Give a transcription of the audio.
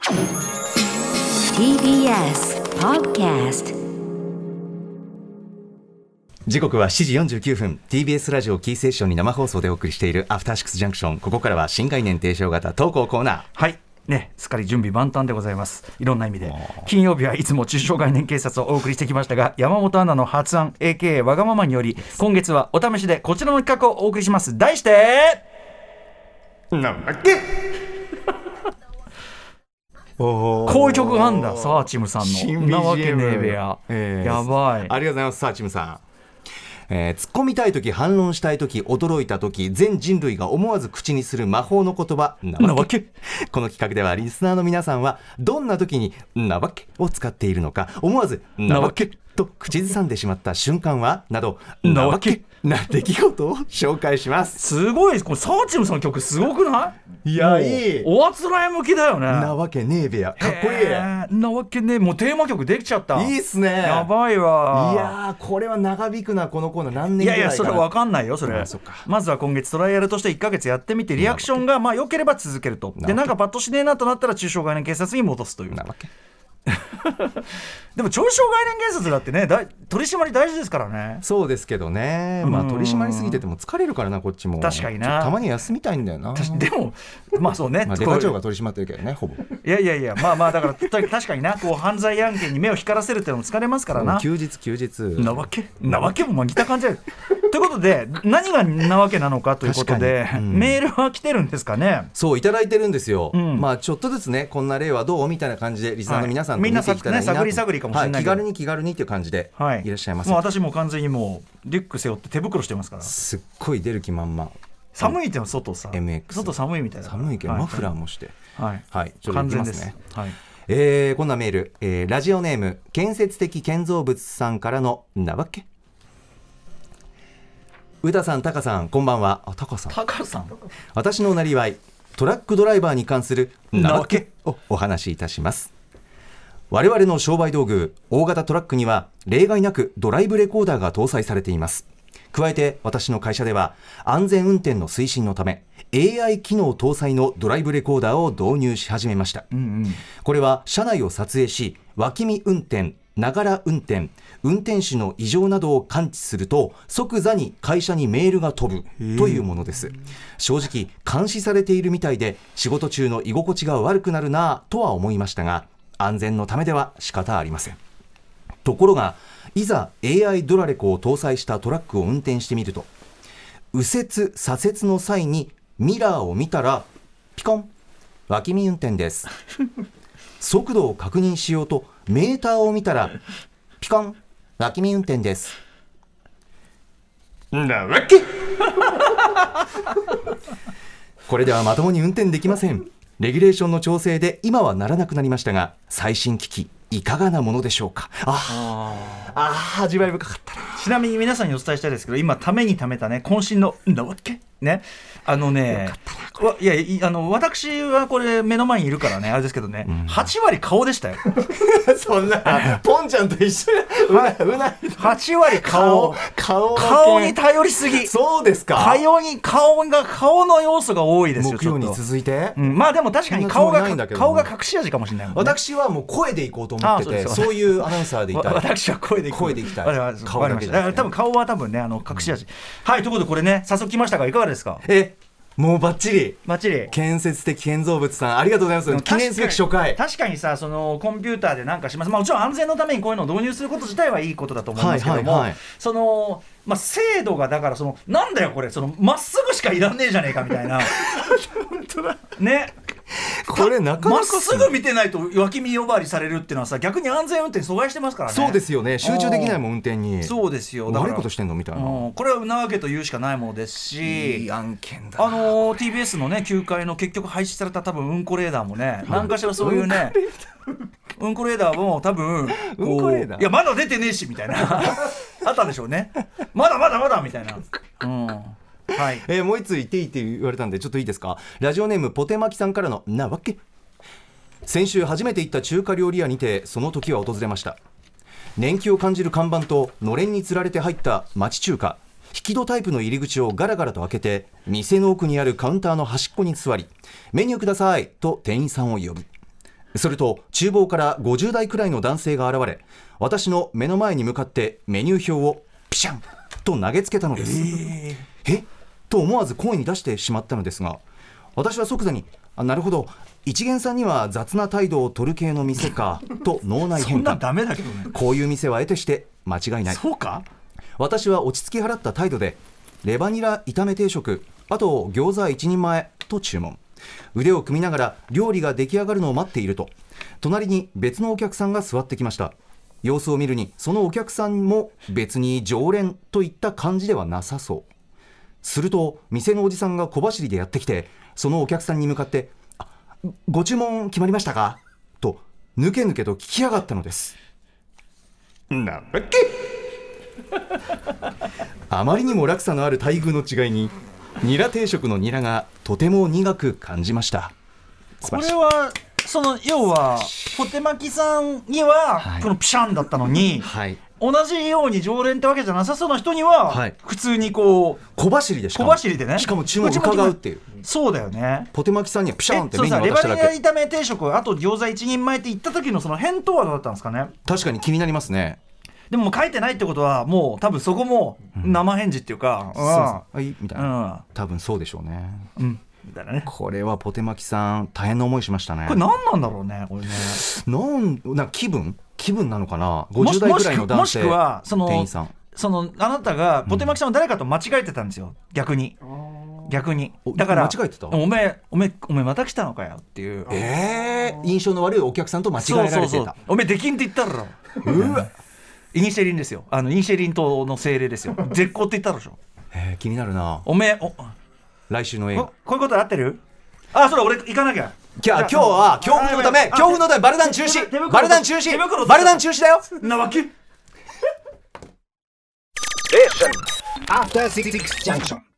TBS Podcast。 時刻は7時49分 TBS ラジオキーセッションに生放送でお送りしているアフターシックスジャンクション。ここからは新概念提唱型投稿コーナー。 はいね、すっかり準備万端でございます。いろんな意味で金曜日はいつも中小概念警察をお送りしてきましたが、山本アナの発案 AKA わがままにより今月はお試しでこちらの企画をお送りします。題してなんだっけこういう曲があんだ。サーチムさんのなわけねえべや、やばい。 ありがとうございます。サーチムさん、突っ込みたいとき、反論したいとき、驚いたとき、全人類が思わず口にする魔法の言葉、なわけ。この企画ではリスナーの皆さんはどんなときになわけを使っているのか、思わずなわけと口ずさんでしまった瞬間はなど、なわけな出来事を紹介します。 すごい、これサーチムさんの曲すごくない？ いや、いい。 おあつらえ向きだよね。 なわけねえべや、かっこいい。 なわけねえ、もうテーマ曲できちゃった。 いいっすね。 やばいわ。 いやー、これは長引くな、このコーナー。何年ぐらいかな。 いやいや、それ分かんないよ、それ。 そっか。 まずは今月トライアルとして1ヶ月やってみて、リアクションがまあ良ければ続けると。で、なんかパッとしねえなとなったら中小概念警察に戻すという。 なわけでも中小概念警察だってね、取り締まり大事ですからね。 そうですけどね、まあ、取り締まりすぎてても疲れるからな、こっちも。 確かにな。 たまに休みたいんだよな。 でもまあそうね、 まあ、デカ長が取り締まってるけどね、ほぼ。 いやいやいや、まあまあだから確かにな、こう犯罪案件に目を光らせるっていうのも疲れますからな。 休日なわけもまぎた感じあるということで、何がなわけなのかということで、メールは来てるんですかね。 そういただいてるんですよ、まあちょっとずつね、こんな例はどうみたいな感じでリスナーの皆さんと見ていきたらいいなと、 探り探りかもしれないけど、 気軽にっていう感じでいらっしゃいます。 もう私も完全にもうリュック背負って手袋してますから、 すっごい出る気満々。 寒いっての外さ、 MX 外寒いみたいな。 寒いけどマフラーもして、はいちょっといきますね。こんなメール、ラジオネーム建設的建造物さんからのなわけ。宇田さん、タカさん、こんばんは。タカさん、私のなりわい、トラックドライバーに関するなわけをお話しいたします。我々の商売道具、大型トラックには例外なくドライブレコーダーが搭載されています。加えて私の会社では安全運転の推進のため AI 機能搭載のドライブレコーダーを導入し始めました。これは車内を撮影し、脇見運転、ながら運転、運転手の異常などを感知すると即座に会社にメールが飛ぶというものです。正直監視されているみたいで仕事中の居心地が悪くなるなとは思いましたが、安全のためでは仕方ありません。ところがいざ AI ドラレコを搭載したトラックを運転してみると、右折左折の際にミラーを見たらピコン、脇見運転です速度を確認しようとメーターを見たらピコン、脇見運転です。なわけこれではまともに運転できません。レギュレーションの調整で今はならなくなりましたが、最新機器いかがなものでしょうか。味わい深かったな。 ちなみに皆さんにお伝えしたいですけど、今ためにためたね、渾身のなわけね、いや私はこれ目の前にいるからねあれですけどね、8割顔でしたよそんなポンちゃんと一緒に 8割顔に頼りすぎ。 そうですか。 顔の要素が多いですよ。 木曜に続いて、 まあでも確かに顔が隠し味かもしれないもんね。 私はもう声でいこうと思ってて、そういうアナウンサーでいたい。 私は声でいきたい。 顔だけじゃなくて、 多分顔は多分ね隠し味。はい、ということでこれね早速来ましたがいかがですか。 もうバッチリ建設的建造物さんありがとうございます。記念すべき初回。 確かにさ、そのコンピューターでなんかします、もちろん安全のためにこういうのを導入すること自体はいいことだと思うんですけども、その精度がだからなんだよこれ、まっすぐしかいらんねえじゃねえかみたいな本当だね。 これなかなかまっすぐ見てないと脇見呼ばわりされるっていうのはさ、逆に安全運転阻害してますからね。 そうですよね。集中できないもん運転に。 そうですよ。 悪いことしてんのみたいな。 これはなわけと言うしかないものですし、 いい案件だ。 TBS のね9階の結局廃止された多分うんこレーダーもね、何かしらそういうねうんこレーダーも多分いやまだ出てねえしみたいなあったんでしょうね。まだみたいな。はい、 もう一つ言っていいって言われたんでちょっといいですか。ラジオネームポテマキさんからのなわけ。先週初めて行った中華料理屋にてその時は訪れました。年季を感じる看板とのれんにつられて入った町中華。引き戸タイプの入り口をガラガラと開けて店の奥にあるカウンターの端っこに座り、メニューくださいと店員さんを呼ぶ。 すると厨房から50代くらいの男性が現れ、私の目の前に向かってメニュー表をピシャンと投げつけたのです。と思わず声に出してしまったのですが、私は即座になるほど、一元さんには雑な態度を取る系の店かと脳内変換。 そんなダメだけどね。 こういう店は得てして間違いない。 そうか。 私は落ち着き払った態度でレバニラ炒め定食、あと餃子1人前と注文。腕を組みながら料理が出来上がるのを待っていると、隣に別のお客さんが座ってきました。様子を見るにそのお客さんも別に常連といった感じではなさそう。すると店のおじさんが小走りでやってきて、そのお客さんに向かって、ご注文決まりましたかとぬけぬけと聞きやがったのです。なんだっけあまりにも落差のある待遇の違いに、ニラ定食のニラがとても苦く感じました。 これはその要はポテマキさんにはこのピシャンだったのに、 はい、 同じように常連ってわけじゃなさそうな人には、はい、普通にこう小走りで、 小走りでね、 しかも注文伺うっていう。 そうだよね。 ポテマキさんにはピシャンってメニュー渡しただけ。 レバニラ炒め定食、あと餃子1人前って言った時のその返答はどうだったんですかね。 確かに気になりますね。 でも書いてないってことはもう多分そこも生返事っていうか、 そうはいみたいな、多分そうでしょうね。 みたいなね。 これはポテマキさん大変な思いしましたね。 これ何なんだろうね、これね。 なんか気分なのかな。50代くらいの男性、 もしくはその店員さん、 あなたがポテマキさんを誰かと間違えてたんですよ、逆にだから間違えてた。 おめえまた来たのかよっていう、 印象の悪いお客さんと間違えられてた。 そうおめえできんって言ったらうわイニシェリンですよ。イニシェリン島の精霊ですよ。絶好って言ったでしょ。 気になるな。 おめえ来週の映画こういうこと合ってる？それ俺行かなきゃ。 今日は強風のためバルダン中止バルダン中止だよ。 なわけ。 After 66 junction.